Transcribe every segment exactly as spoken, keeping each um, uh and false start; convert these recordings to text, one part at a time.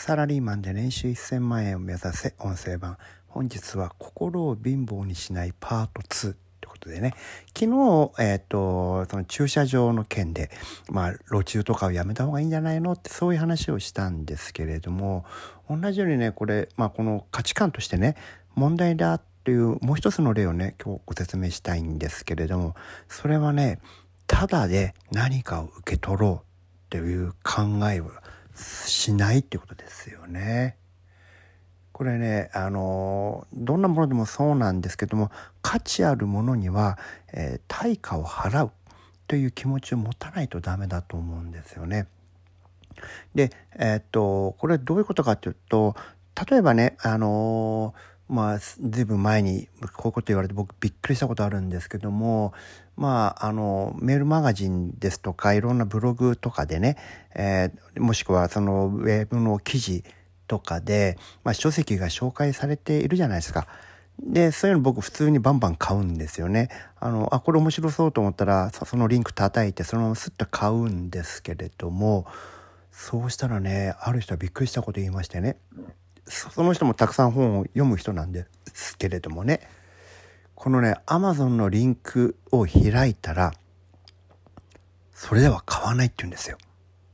サラリーマンで年収せんまん円を目指せ音声版。本日は心を貧乏にしないパートツーということでね、昨日、えっと、その駐車場の件で、まあ、路駐とかをやめた方がいいんじゃないのってそういう話をしたんですけれども、同じようにね、これ、まあ、この価値観としてね、問題だというもう一つの例をね、今日ご説明したいんですけれども、それはね、ただで何かを受け取ろうっていう考えをしないっていうことですよね。これね、あのどんなものでもそうなんですけども、価値あるものには、えー、対価を払うという気持ちを持たないとダメだと思うんですよね。で、えー、っとこれどういうことかというと、例えばね、あのまあずいぶん前にこういうこと言われて僕びっくりしたことあるんですけども、まああのメールマガジンですとかいろんなブログとかでね、えー、もしくはそのウェブの記事とかで、まあ、書籍が紹介されているじゃないですか。で、そういうの僕普通にバンバン買うんですよね。あの、あ、これ面白そうと思ったら、そのリンク叩いて、そのままスッと買うんですけれども、そうしたらね、ある人はびっくりしたこと言いましてね。その人もたくさん本を読む人なんですけれどもね、このね、Amazon のリンクを開いたら、それでは買わないって言うんですよ。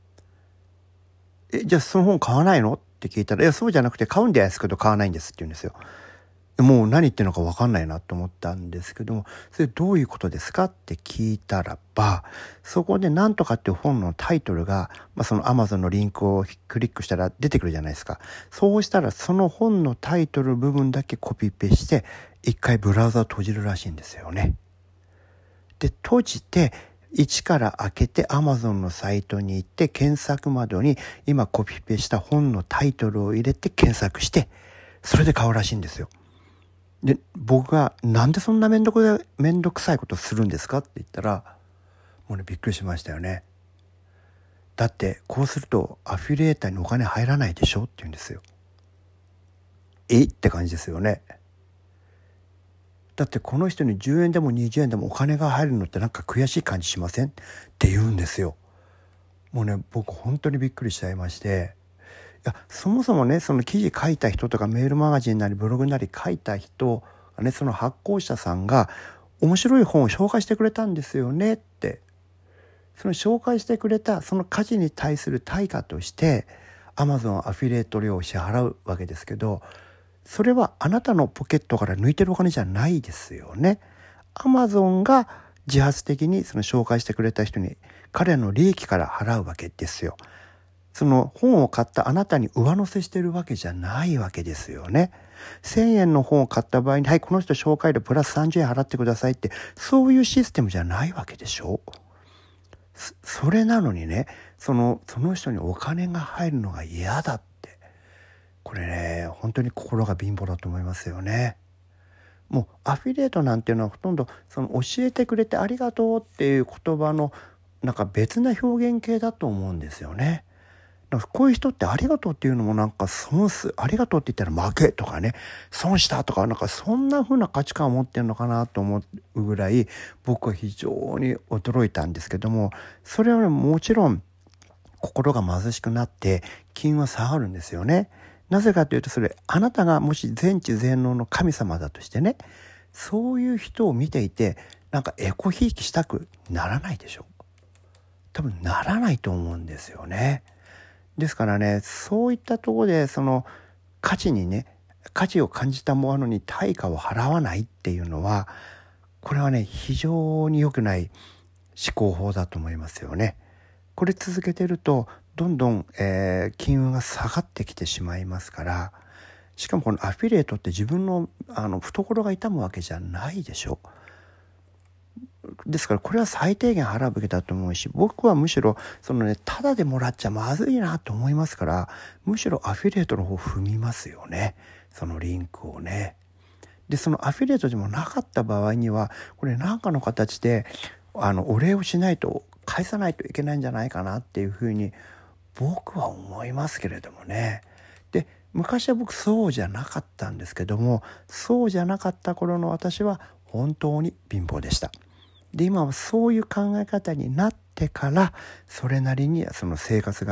え、じゃあその本買わないのって聞いたら、いや、そうじゃなくて買うんですけど買わないんですって言うんですよ。もう何言ってるのか分かんないなと思ったんですけども、それどういうことですかって聞いたらば、そこでなんとかっていう本のタイトルが、まあ、その Amazon のリンクをクリックしたら出てくるじゃないですか。そうしたらその本のタイトル部分だけコピペして一回ブラウザを閉じるらしいんですよね。で、閉じて一から開けて Amazon のサイトに行って検索窓に今コピペした本のタイトルを入れて検索して、それで買うらしいんですよ。で、僕がなんでそんなめんどくめんどくさいことするんですかって言ったら、もうねびっくりしましたよね。だってこうするとアフィリエーターにお金入らないでしょって言うんですよ。えって感じですよね。だってこの人にじゅうえんでもにじゅうえんでもお金が入るのってなんか悔しい感じしませんって言うんですよ。もうね僕本当にびっくりしちゃいまして、いやそもそもねその記事書いた人とかメールマガジンなりブログなり書いた人がね、その発行者さんが面白い本を紹介してくれたんですよねって、その紹介してくれたその価値に対する対価として Amazon アフィリエイト料を支払うわけですけど、それはあなたのポケットから抜いてるお金じゃないですよね。Amazon が自発的にその紹介してくれた人に彼らの利益から払うわけですよ。その本を買ったあなたに上乗せしてるわけじゃないわけですよね。せんえんの本を買った場合に、はい、この人紹介でプラスさんじゅうえん払ってくださいって、そういうシステムじゃないわけでしょ。そそれなのにね、その、その人にお金が入るのが嫌だって。これね、本当に心が貧乏だと思いますよね。もうアフィリエイトなんていうのはほとんどその教えてくれてありがとうっていう言葉のなんか別な表現形だと思うんですよね。だからこういう人ってありがとうっていうのもなんか損す、ありがとうって言ったら負けとかね、損したとかなんかそんな風な価値観を持ってるのかなと思うぐらい僕は非常に驚いたんですけども、それはねもちろん心が貧しくなって金は下がるんですよね。なぜかというと、それあなたがもし全知全能の神様だとしてね、そういう人を見ていてなんかエコひいきしたくならないでしょ。多分ならないと思うんですよね。ですからね、そういったところでその価値にね、価値を感じたものに対価を払わないっていうのは、これはね非常に良くない思考法だと思いますよね。これ続けてるとどんどん、えー、金運が下がってきてしまいますから、しかもこのアフィリエイトって自分のあの懐が痛むわけじゃないでしょ。ですからこれは最低限払うべきだと思うし、僕はむしろそのねタダでもらっちゃまずいなと思いますから、むしろアフィリエイトの方を踏みますよね、そのリンクをね。でそのアフィリエイトでもなかった場合にはこれ何かの形であのお礼をしないと返さないといけないんじゃないかなっていうふうに僕は思いますけれどもね。で昔は僕そうじゃなかったんですけども、そうじゃなかった頃の私は本当に貧乏でした。で今はそういう考え方になってからそれなりにその生活がね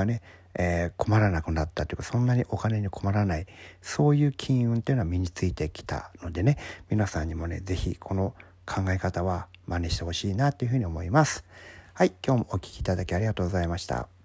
えー困らなくなったというか、そんなにお金に困らない、そういう金運っていうのは身についてきたのでね、皆さんにもね、ぜひこの考え方は真似してほしいなというふうに思います。はい、今日もお聞きいただきありがとうございました。